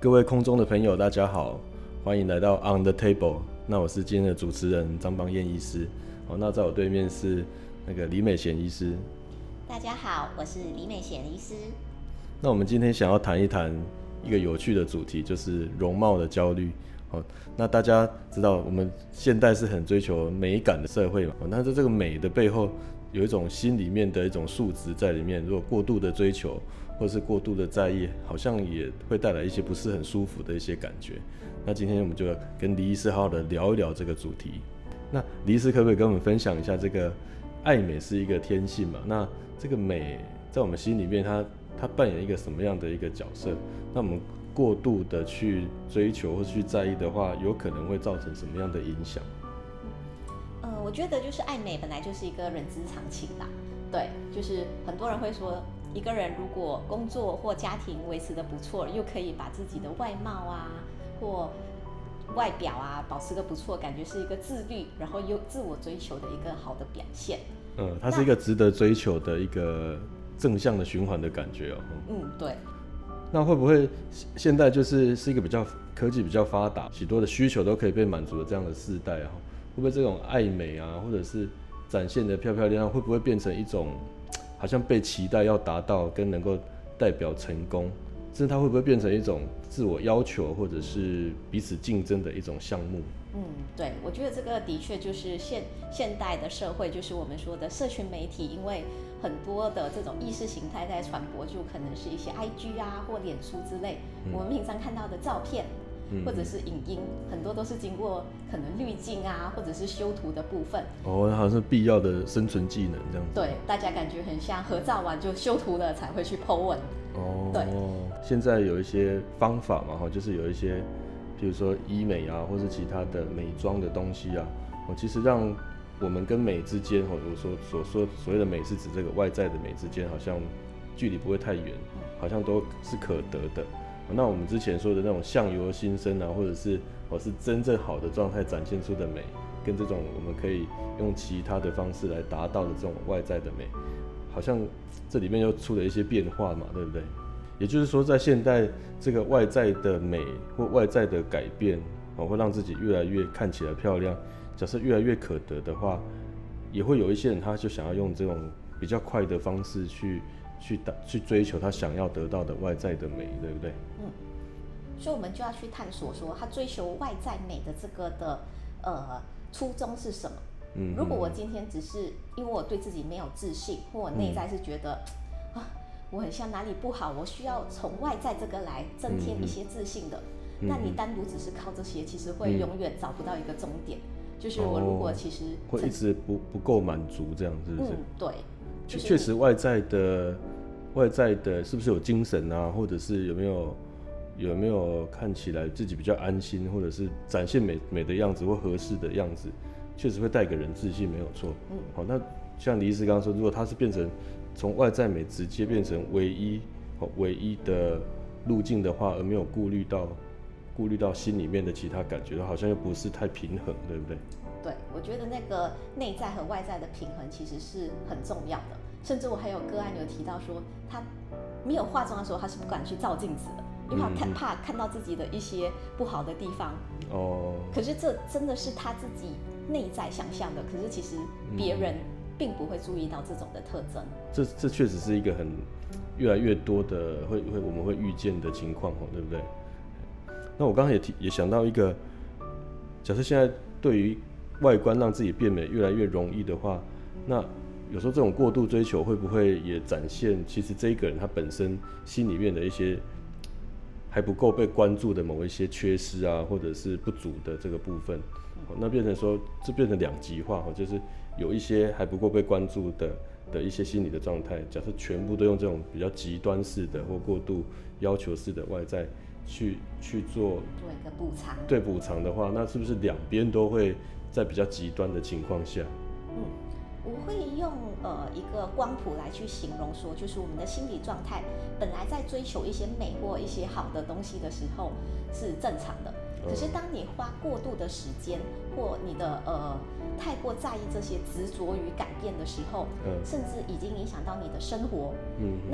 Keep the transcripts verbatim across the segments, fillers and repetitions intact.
各位空中的朋友，大家好，欢迎来到 On the Table。那我是今天的主持人张邦彦医师。好，那在我对面是那个李美贤医师。 大家好，我是李美贤医师。 那我们今天想要谈一谈一个有趣的主题，就是容貌的焦虑。好，那大家知道，我们现代是很追求美感的社会嘛。那在这个美的背后，有一种心里面的一种数值在里面。如果过度的追求，或是过度的在意，好像也会带来一些不是很舒服的一些感觉。那今天我们就跟李医师好好的聊一聊这个主题。那李医师可不可以跟我们分享一下，这个爱美是一个天性嘛？那这个美在我们心里面它，它扮演一个什么样的一个角色？那我们过度的去追求或去在意的话，有可能会造成什么样的影响？ 呃，我觉得就是爱美本来就是一个人之常情啦。对，就是很多人会说，一个人如果工作或家庭维持得不错，又可以把自己的外貌啊或外表啊保持个不错，感觉是一个自律，然后又自我追求的一个好的表现。 嗯，它是一个值得追求的一个正向的循环的感觉哦。 嗯，对。 那会不会现在就是是一个比较科技比较发达，许多的需求都可以被满足的这样的世代啊？会不会这种爱美啊，或者是展现的漂漂亮亮，会不会变成一种好像被期待要达到跟能够代表成功，甚至它会不会变成一种自我要求或者是彼此竞争的一种项目？ 嗯，对，我觉得这个的确就是现现代的社会，就是我们说的社群媒体，因为很多的这种意识形态在传播，就可能是一些 I G 啊或脸书之类，嗯、我们平常看到的照片。或者是影音，很多都是经过可能滤镜啊，或者是修图的部分。 哦，好像是必要的生存技能这样子。 对，大家感觉很像合照完就修图了才会去 po 文。 哦， 对。 现在有一些方法嘛，就是有一些，比如说医美啊，或是其他的美妆的东西啊，其实让我们跟美之间，我所所说所谓的美是指这个外在的美之间，好像距离不会太远，好像都是可得的。那我们之前说的那种相由心生啊，或者是我是真正好的状态展现出的美，跟这种我们可以用其他的方式来达到的这种外在的美，好像这里面又出了一些变化嘛，对不对？也就是说，在现代这个外在的美或外在的改变，会让自己越来越看起来漂亮，假设越来越可得的话，也会有一些人他就想要用这种比较快的方式去。去, 去追求他想要得到的外在的美，对不对？ 嗯，所以我们就要去探索说，他追求外在美的这个的呃初衷是什么？嗯，如果我今天只是因为我对自己没有自信，或我内在是觉得、嗯、啊，我很像哪里不好，我需要从外在这个来增添一些自信的，嗯、那你单独只是靠这些，其实会永远找不到一个终点。嗯、就是我如果其实、 哦、会一直不不够满足，这样是不是？ 嗯，对。 确、就是、实外在的外在的是不是有精神啊，或者是有没有有没有看起来自己比较安心，或者是展现美美的样子或合适的样子，确实会带给人自信，没有错。嗯，好，那像李医师刚刚说，如果他是变成从外在美直接变成唯一唯一的路径的话，而没有顾虑到顾虑到心里面的其他感觉，好像又不是太平衡，对不对？ 对，我觉得那个内在和外在的平衡其实是很重要的。甚至我还有个案有提到说，他没有化妆的时候，他是不敢去照镜子的，因为他看、嗯、怕看到自己的一些不好的地方。哦。可是这真的是他自己内在想象的，可是其实别人并不会注意到这种的特征。 这这确实是一个很越来越多的会会我们会遇见的情况，对不对？那我刚刚也提也想到一个，假设现在对于外观让自己变美越来越容易的话，那有时候这种过度追求会不会也展现其实这一个人他本身心里面的一些还不够被关注的某一些缺失啊，或者是不足的这个部分，那变成说这变成两极化，就是有一些还不够被关注的的一些心理的状态，假设全部都用这种比较极端式的或过度要求式的外在去去做做一个补偿， 对补偿的话，那是不是两边都会在比较极端的情况下？ 嗯，我会用呃一个光谱来去形容说，就是我们的心理状态本来在追求一些美或一些好的东西的时候是正常的，可是当你花过度的时间或你的呃太过在意这些执着于改变的时候，嗯、甚至已经影响到你的生活，嗯、那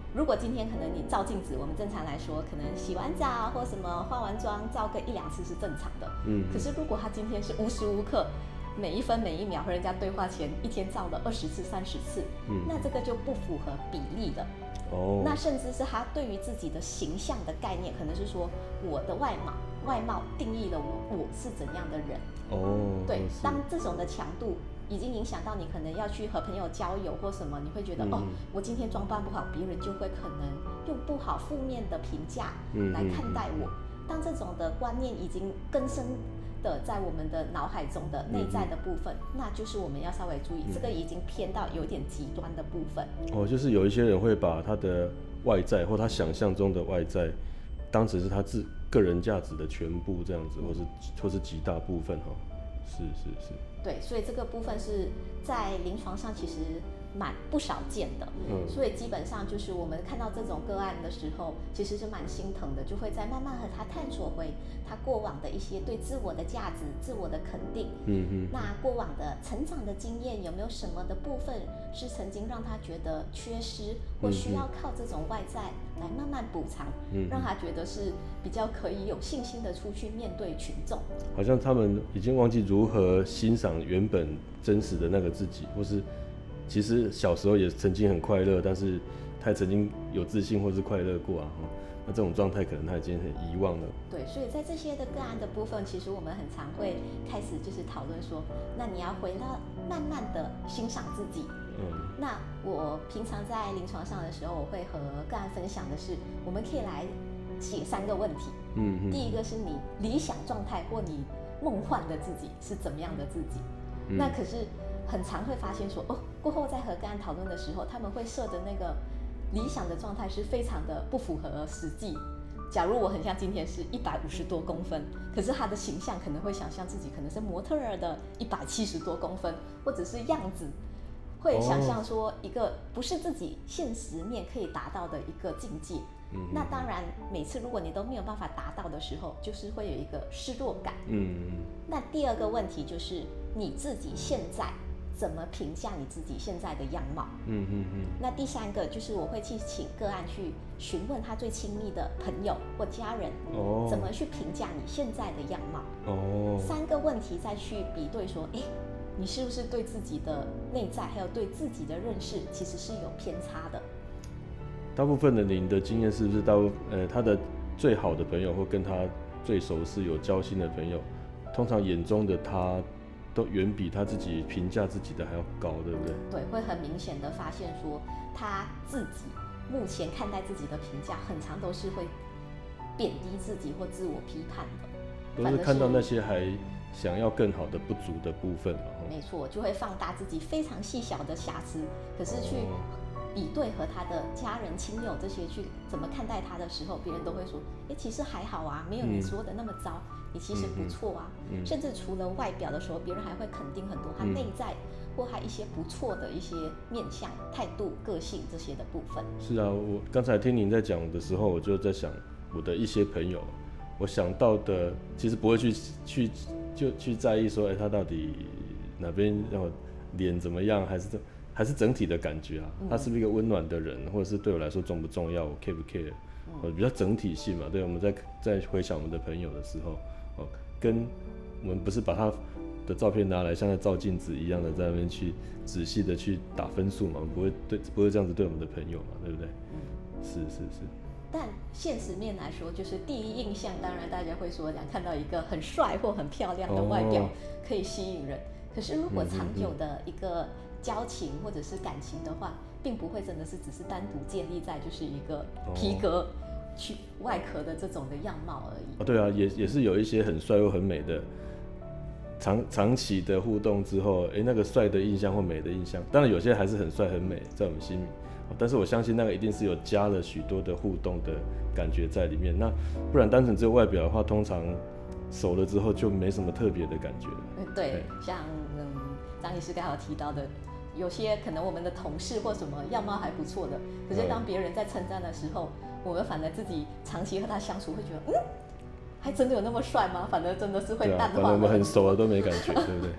如果今天可能你照镜子，我们正常来说，可能洗完澡或什么化完妆照个一两次是正常的。嗯。可是如果他今天是无时无刻每一分每一秒和人家对话前一天照了二十次、三十次，嗯，那这个就不符合比例了。哦。那甚至是他对于自己的形象的概念，可能是说我的外貌，外貌定义了我我是怎样的人。哦。对，当这种的强度已经影响到你可能要去和朋友交友或什么，你会觉得、嗯、哦，我今天装扮不好，别人就会可能用不好负面的评价来看待我。嗯、当这种的观念已经根深的在我们的脑海中的内在的部分，嗯、那就是我们要稍微注意，嗯、这个已经偏到有点极端的部分。 哦，就是有一些人会把他的外在或他想象中的外在当成是他自个人价值的全部这样子，或是或是极大部分哈。是是是， 对，所以这个部分是在临床上其实蛮不少见的，嗯，所以基本上就是我们看到这种个案的时候，其实是蛮心疼的，就会在慢慢和他探索回他过往的一些对自我的价值、自我的肯定，嗯嗯，那过往的成长的经验有没有什么的部分是曾经让他觉得缺失，或需要靠这种外在来慢慢补偿，嗯，让他觉得是比较可以有信心的出去面对群众。 好像他们已经忘记如何欣赏原本真实的那个自己，或是其实小时候也曾经很快乐，但是他也曾经有自信或是快乐过啊。那这种状态可能他已经很遗忘了。 对，所以在这些的个案的部分，其实我们很常会开始就是讨论说，那你要回到慢慢的欣赏自己。嗯，那我平常在临床上的时候，我会和个案分享的是，我们可以来写三个问题。嗯嗯。第一个是你理想状态或你梦幻的自己是怎么样的自己？嗯、那可是很常会发现说，哦，过后在和个案讨论的时候，他们会设的那个理想的状态是非常的不符合实际。假如我很像今天是一百五十多公分，可是他的形象可能会想象自己可能是模特儿的一百七十多公分，或者是样子，会想象说一个不是自己现实面可以达到的一个境界。嗯、那当然，每次如果你都没有办法达到的时候，就是会有一个失落感。嗯，那第二个问题就是你自己现在怎么评价你自己现在的样貌？嗯嗯嗯。那第三个就是我会去请个案去询问他最亲密的朋友或家人，哦，怎么去评价你现在的样貌？哦，三个问题再去比对说，哎，你是不是对自己的内在还有对自己的认识其实是有偏差的？ 大部分的您的经验是不是到呃他的最好的朋友或跟他最熟识有交心的朋友，通常眼中的他都远比他自己评价自己的还要高，对不对？ 对，会很明显的发现说他自己目前看待自己的评价，很常都是会贬低自己或自我批判的， 都是看到那些还想要更好的不足的部分嘛。 没错，就会放大自己非常细小的瑕疵，可是去、哦比对和他的家人亲友这些去怎么看待他的时候，别人都会说，哎，其实还好啊，没有你说的那么糟，嗯、你其实不错啊。嗯、甚至除了外表的时候，别人还会肯定很多他内在、嗯、或他一些不错的一些面向、态度、个性这些的部分。 是啊，我刚才听您在讲的时候，我就在想我的一些朋友，我想到的其实不会去去就去在意说，哎，他到底哪边让我脸怎么样，还是这。还是整体的感觉啊，他是不是一个温暖的人，或者是对我来说重不重要，我 care 不 care，嗯、比较整体性嘛。对，我们在在回想我们的朋友的时候，哦，跟我们不是把他的照片拿来像在照镜子一样的在那边去仔细的去打分数嘛，我们不会对不会这样子对我们的朋友嘛，对不对？嗯、是是是。 但现实面来说，就是第一印象，当然大家会说，看到一个很帅或很漂亮的外表可以吸引人，哦、可是如果长久的一个交情或者是感情的话，并不会真的是只是单独建立在就是一个皮革去外壳的这种的样貌而已。 哦，对啊，也也是有一些很帅又很美的，长长期的互动之后，哎，那个帅的印象或美的印象，当然有些还是很帅很美在我们心里，但是我相信那个一定是有加了许多的互动的感觉在里面。那不然单纯只有外表的话，通常熟了之后就没什么特别的感觉了。 对，像嗯张医师刚好提到的。有些可能我们的同事或什么样貌还不错的，可是当别人在称赞的时候，我们反而自己长期和他相处会觉得，嗯，还真的有那么帅吗？反而真的是会淡化。 对啊，反正我们很熟了都没感觉，对不对？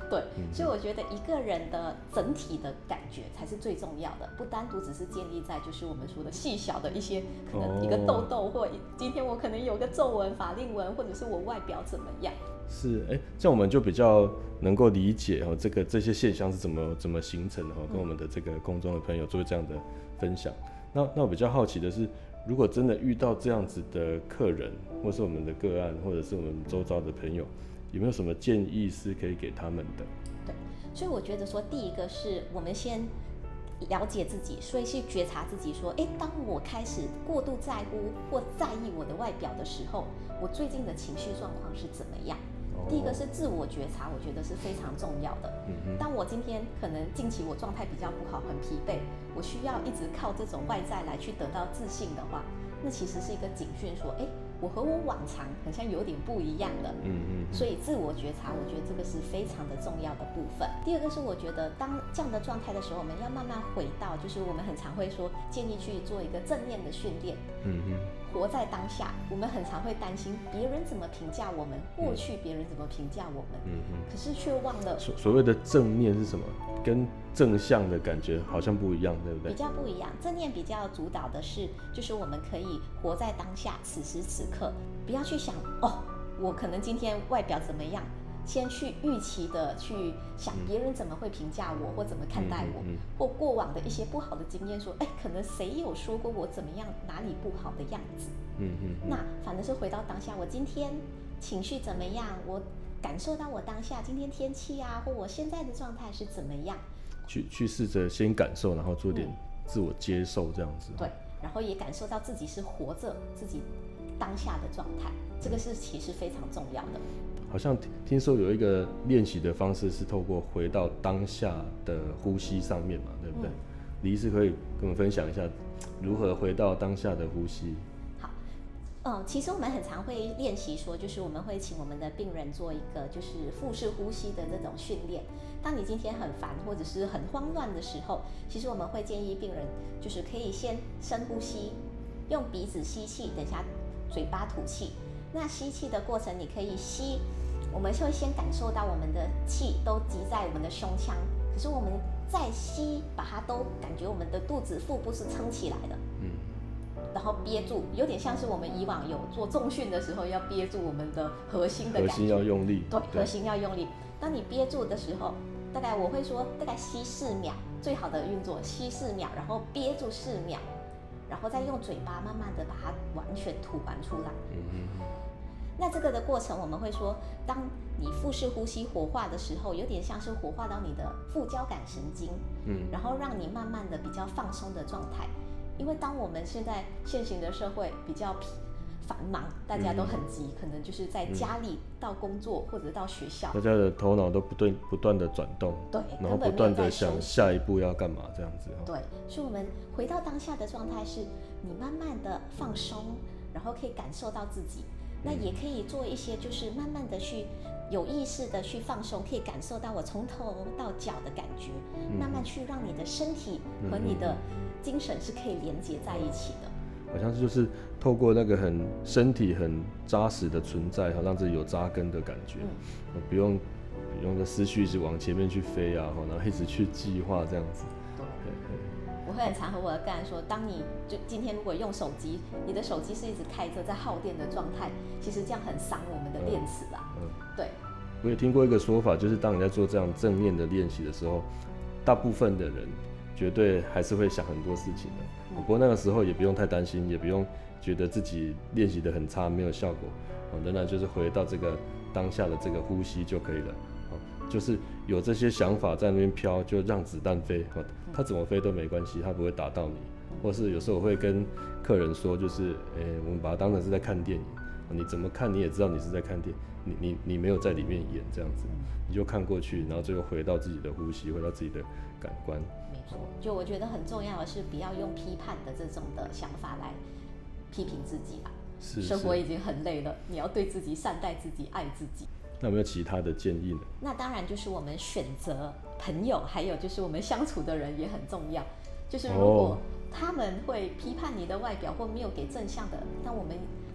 对，所以我觉得一个人的整体的感觉才是最重要的，不单独只是建立在就是我们说的细小的一些可能一个痘痘，或今天我可能有个皱纹、法令纹，或者是我外表怎么样。 是，哎，这样我们就比较能够理解哦，这个这些现象是怎么怎么形成的哦，跟我们的这个空中的朋友做这样的分享。那那我比较好奇的是，如果真的遇到这样子的客人，或是我们的个案，或者是我们周遭的朋友，有没有什么建议是可以给他们的？ 对，所以我觉得说，第一个是我们先了解自己，所以去觉察自己说，哎，当我开始过度在乎或在意我的外表的时候，我最近的情绪状况是怎么样？第一个是自我觉察，我觉得是非常重要的。嗯、当我今天可能近期我状态比较不好，很疲惫，我需要一直靠这种外在来去得到自信的话，那其实是一个警讯，说，哎，我和我往常好像有点不一样了。嗯嗯。所以自我觉察，我觉得这个是非常的重要的部分。第二个是我觉得，当这样的状态的时候，我们要慢慢回到，就是我们很常会说，建议去做一个正念的训练。嗯嗯。活在当下，我们很常会担心别人怎么评价我们，过去别人怎么评价我们，嗯嗯，可是却忘了所所谓的正念是什么，跟正向的感觉好像不一样，对不对？ 比较不一样，正念比较主导的是，就是我们可以活在当下，此时此刻，不要去想哦，我可能今天外表怎么样。先去预期的去想别人怎么会评价我，或怎么看待我，嗯嗯嗯、或过往的一些不好的经验，说，哎，可能谁有说过我怎么样，哪里不好的样子。嗯嗯嗯、那反而是回到当下，我今天情绪怎么样，我感受到我当下今天天气啊，或我现在的状态是怎么样。 去去试着先感受，然后做点自我接受，这样子。 嗯、对，然后也感受到自己是活着自己当下的状态，这个是其实非常重要的。 好像听说有一个练习的方式是透过回到当下的呼吸上面嘛，对不对？李医师可以跟我们分享一下如何回到当下的呼吸。 好，嗯，其实我们很常会练习说，就是我们会请我们的病人做一个就是腹式呼吸的这种训练。当你今天很烦或者是很慌乱的时候，其实我们会建议病人就是可以先深呼吸，用鼻子吸气，等下嘴巴吐气。那吸气的过程，你可以吸，我们会先感受到我们的气都集在我们的胸腔，可是我们再吸，把它都感觉我们的肚子、腹部是撑起来的，嗯，然后憋住，有点像是我们以往有做重训的时候要憋住我们的核心的感觉， 核心要用力， 对，核心要用力。当你憋住的时候，大概我会说，大概吸四秒，最好的运作，吸四秒，然后憋住四秒。然后再用嘴巴慢慢的把它完全吐完出来。嗯嗯。那这个的过程，我们会说，当你腹式呼吸活化的时候，有点像是活化到你的副交感神经，嗯，然后让你慢慢的比较放松的状态。因为当我们现在现行的社会比较繁忙，大家都很急，嗯、可能就是在家里到工作、嗯、或者到学校， 大家的头脑都不断不断的转动， 对， 然后不断的想下一步要干嘛这样子。 对，所以我们回到当下的状态是，你慢慢的放松，然后可以感受到自己，那也可以做一些就是慢慢的去有意识的去放松，可以感受到我从头到脚的感觉，嗯、慢慢去让你的身体和你的精神是可以连接在一起的。 好像是就是透过那个很身体很扎实的存在，让自己有扎根的感觉，嗯、不用不用的思绪一直往前面去飞啊，然后一直去计划这样子。 对，我会很常和我的个案说，当你就今天如果用手机，你的手机是一直开着在耗电的状态，其实这样很伤我们的电池啦。嗯，嗯对。 我也听过一个说法，就是当你在做这样正念的练习的时候，大部分的人绝对还是会想很多事情的。不过那个时候也不用太担心，也不用觉得自己练习得很差没有效果，仍然就是回到这个当下的这个呼吸就可以了。就是有这些想法在那边飘，就让子弹飞，它怎么飞都没关系，它不会打到你。或是有时候我会跟客人说，就是，欸、我们把它当成是在看电影，你怎么看你也知道你是在看电影，你你你没有在里面演这样子，你就看过去，然后最后回到自己的呼吸，回到自己的感官。 没错，就我觉得很重要的是，不要用批判的这种的想法来批评自己啦。 是， 生活已经很累了，你要对自己善待自己，爱自己。 那有没有其他的建议呢？ 那当然就是我们选择朋友，还有就是我们相处的人也很重要。就是如果他们会批判你的外表或没有给正向的，那我们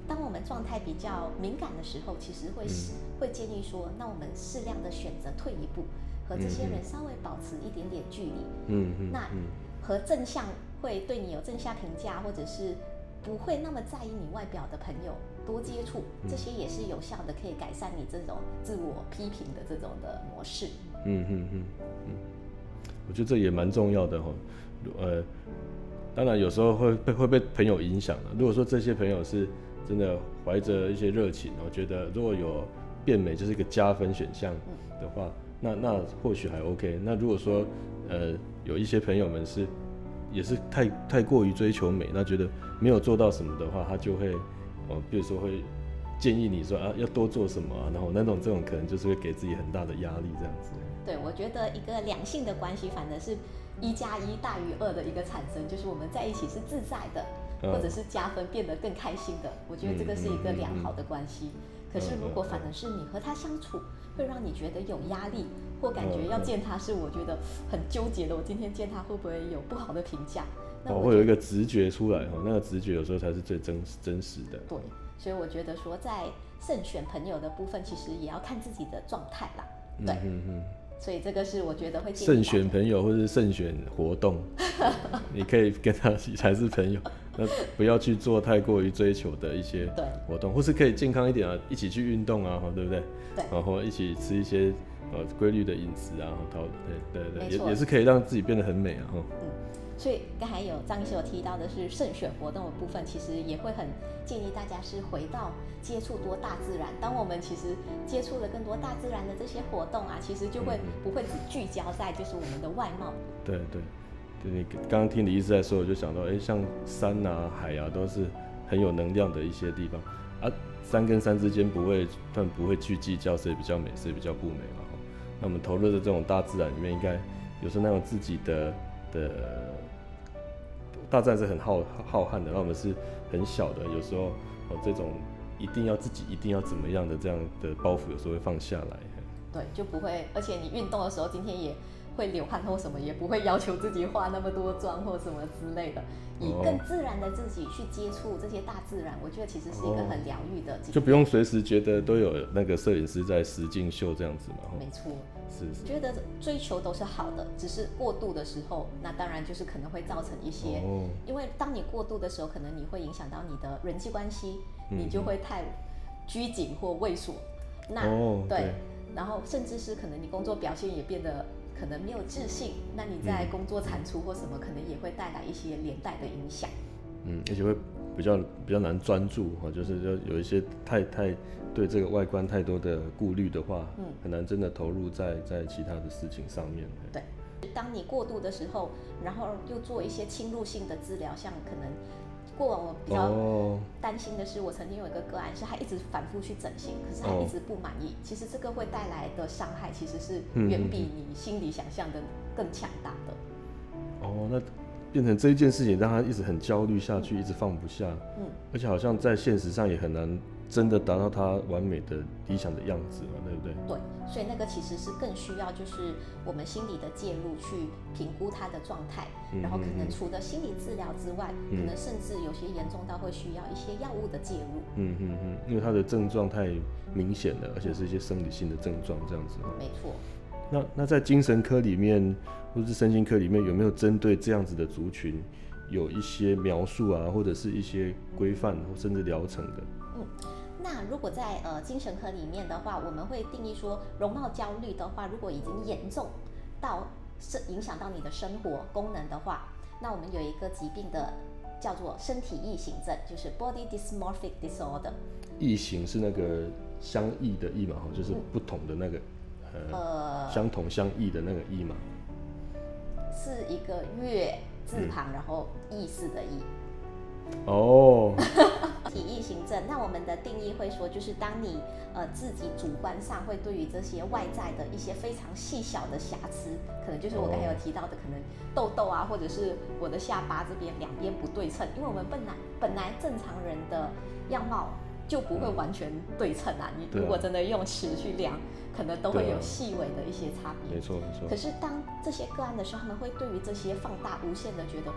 当我们状态比较敏感的时候，其实会、嗯、会建议说，那我们适量的选择退一步，和这些人稍微保持一点点距离。嗯嗯。那和正向会对你有正向评价，或者是不会那么在意你外表的朋友多接触，这些也是有效的，可以改善你这种自我批评的这种的模式。嗯嗯嗯嗯，我觉得这也蛮重要的哈。呃，当然有时候会被会被朋友影响了。如果说这些朋友是真的怀着一些热情，我觉得如果有变美就是一个加分选项的话，嗯、那那或许还 OK。那如果说呃有一些朋友们是也是太太过于追求美，那觉得没有做到什么的话，他就会哦，比如说会建议你说啊要多做什么啊，然后那种这种可能就是会给自己很大的压力这样子。 对，我觉得一个良性的关系，反而是一加一大于二的一个产生，就是我们在一起是自在的，嗯、或者是加分变得更开心的。我觉得这个是一个良好的关系。嗯嗯嗯嗯、可是如果反而是你和他相处，会让你觉得有压力，或感觉要见他是我觉得很纠结的。我今天见他会不会有不好的评价？ 那我会有一个直觉出来，那个直觉有时候才是最真真实的。 对，所以我觉得说在慎选朋友的部分，其实也要看自己的状态啦。对，嗯嗯嗯。所以这个是我觉得会建议慎选朋友，或是慎选活动，你可以跟他才是朋友，那不要去做太过于追求的一些活动，或是可以健康一点啊，一起去运动啊，对不对？ 对， 然后一起吃一些呃规律的饮食啊，对对对，也也是可以让自己变得很美啊，哈。嗯。 所以刚才有张医师有提到的是慎选活动的部分，其实也会很建议大家是回到接触多大自然。当我们其实接触了更多大自然的这些活动啊，其实就会不会只聚焦在就是我们的外貌。 对对，对你刚刚听李医师在说，我就想到，哎，像山啊、海啊，都是很有能量的一些地方啊。山跟山之间不会，但不会去计较谁比较美，谁比较不美嘛。那我们投入的这种大自然里面，应该有时候那种自己的的。大自然是很浩浩瀚的，那我们是很小的，有时候哦这种一定要自己一定要怎么样的这样的包袱，有时候会放下来。 对，就不会，而且你运动的时候，今天也会流汗或什么，也不会要求自己化那么多妆或什么之类的，以更自然的自己去接触这些大自然，我觉得其实是一个很疗愈的、哦。 就不用随时觉得都有那个摄影师在实境秀这样子嘛。 没错。 是是， 觉得追求都是好的，只是过度的时候，那当然就是可能会造成一些，哦、因为当你过度的时候，可能你会影响到你的人际关系，嗯、你就会太拘谨或畏缩。那、哦、对, 对，然后甚至是可能你工作表现也变得可能没有自信，那你在工作产出或什么，可能也会带来一些连带的影响。 嗯，而且会比较比较难专注哈，就是有一些太太。对这个外观太多的顾虑的话，嗯，很难真的投入在在其他的事情上面。 对，当你过度的时候，然后又做一些侵入性的治疗，像可能过往我比较担心的是，我曾经有一个个案是他一直反复去整形，可是他一直不满意。哦、其实这个会带来的伤害，其实是远比你心里想象的更强大的。 哦，那变成这一件事情让他一直很焦虑下去，嗯、一直放不下。嗯，而且好像在现实上也很难。真的达到他完美的理想的样子嘛，对不对？ 对，所以那个其实是更需要就是我们心理的介入去评估他的状态，嗯、然后可能除了心理治疗之外，嗯、可能甚至有些严重到会需要一些药物的介入。 嗯嗯嗯，因为他的症状太明显了，而且是一些生理性的症状这样子。 没错。 那那在精神科里面或者是身心科里面，有没有针对这样子的族群有一些描述啊，或者是一些规范或甚至疗程的？ 嗯。那如果在呃精神科里面的话，我们会定义说，容貌焦虑的话，如果已经严重到是影响到你的生活功能的话，那我们有一个疾病的叫做身体异形症，就是 body dysmorphic disorder。 异形是那个相异的异嘛，就是不同的那个、嗯、呃相同相异的那个异嘛， 是一个月字旁，嗯、然后意思的意。 哦， 体异形症，那我们的定义会说，就是当你呃自己主观上会对于这些外在的一些非常细小的瑕疵，可能就是我刚才有提到的，可能痘痘啊，或者是我的下巴这边两边不对称，因为我们本来本来正常人的样貌就不会完全对称啊，你如果真的用尺去量，可能都会有细微的一些差别。 没错没错。 可是当这些个案的时候，他们会对于这些放大无限的觉得。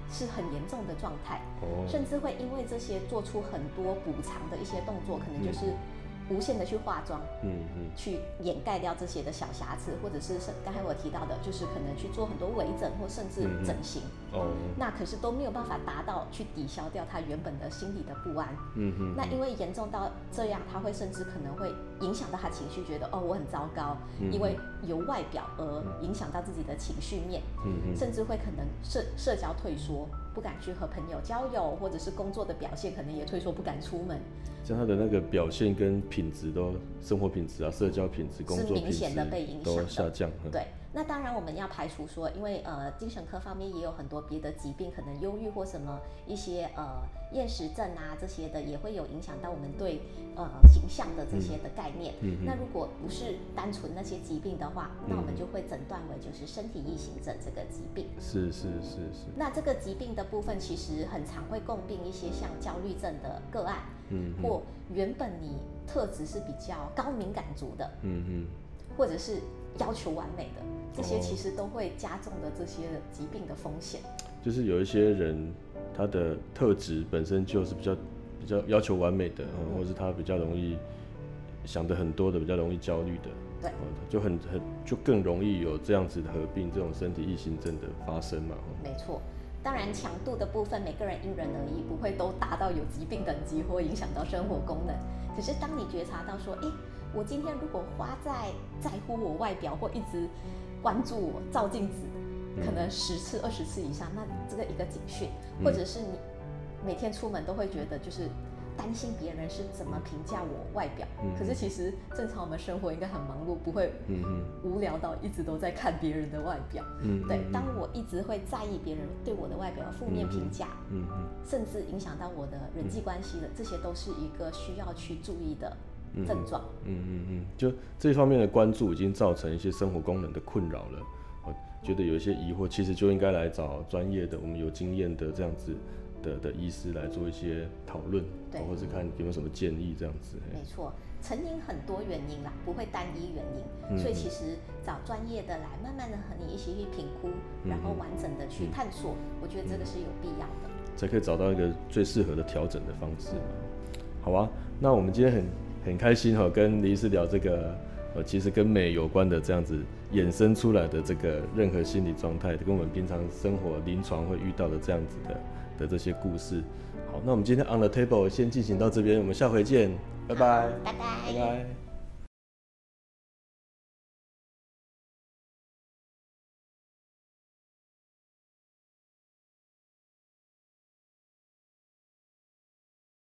是很严重的状态， 哦， 甚至会因为这些做出很多补偿的一些动作，可能就是无限的去化妆，嗯嗯，去掩盖掉这些的小瑕疵，或者是刚才我提到的，就是可能去做很多微整或甚至整形，嗯、哦，那可是都没有办法达到去抵消掉他原本的心理的不安，嗯嗯，那因为严重到这样，他会甚至可能会影响到他情绪，觉得哦我很糟糕，嗯、因为由外表而影响到自己的情绪面，嗯甚至会可能社社交退缩，不敢去和朋友交友，或者是工作的表现可能也退缩，不敢出门。 像他的那个表现跟品质都，生活品质啊、社交品质、工作品质是明显的被影响都下降。 对，那当然我们要排除说，因为呃精神科方面也有很多别的疾病，可能忧郁或什么一些呃厌食症啊这些的，也会有影响到我们对呃形象的这些的概念。嗯嗯、那如果不是单纯那些疾病的话，那我们就会诊断为就是身体异形症这个疾病。 是是是是。 那这个疾病的部分，其实很常会共病一些像焦虑症的个案。嗯，或原本你特质是比较高敏感族的，嗯嗯，或者是要求完美的，这些其实都会加重的这些疾病的风险。 就是有一些人，他的特质本身就是比较比较要求完美的，嗯、或是他比较容易想的很多的，比较容易焦虑的， 对， 就很很就更容易有这样子的合并这种身体异形症的发生嘛。 没错。当然，强度的部分每个人因人而异，不会都达到有疾病等级或影响到生活功能。可是，当你觉察到说，哎，我今天如果花在在乎我外表，或一直关注我照镜子，可能十次、二十次以上，那这个一个警讯，或者是你每天出门都会觉得就是担心别人是怎么评价我外表，嗯、可是其实正常我们生活应该很忙碌，不会无聊到一直都在看别人的外表。嗯、对，当我一直会在意别人对我的外表的负面评价，嗯、甚至影响到我的人际关系的，这些都是一个需要去注意的症状。 嗯嗯嗯，就这方面的关注已经造成一些生活功能的困扰了。我觉得有一些疑惑，其实就应该来找专业的、我们有经验的这样子。的, 的医师来做一些讨论，或者是看有没有什么建议这样子。 没错，成因很多原因啦，不会单一原因，嗯、所以其实找专业的来，慢慢的和你一起去评估，嗯、然后完整的去探索，嗯、我觉得这个是有必要的， 才可以找到一个最适合的调整的方式。好啊，那我们今天很很开心哈，跟李医师聊这个呃，其实跟美有关的这样子衍生出来的这个任何心理状态，跟我们平常生活临床会遇到的这样子的。的这些故事。好，那我们今天 on the table 先进行到这边，我们下回见，拜拜， 拜拜， 拜拜。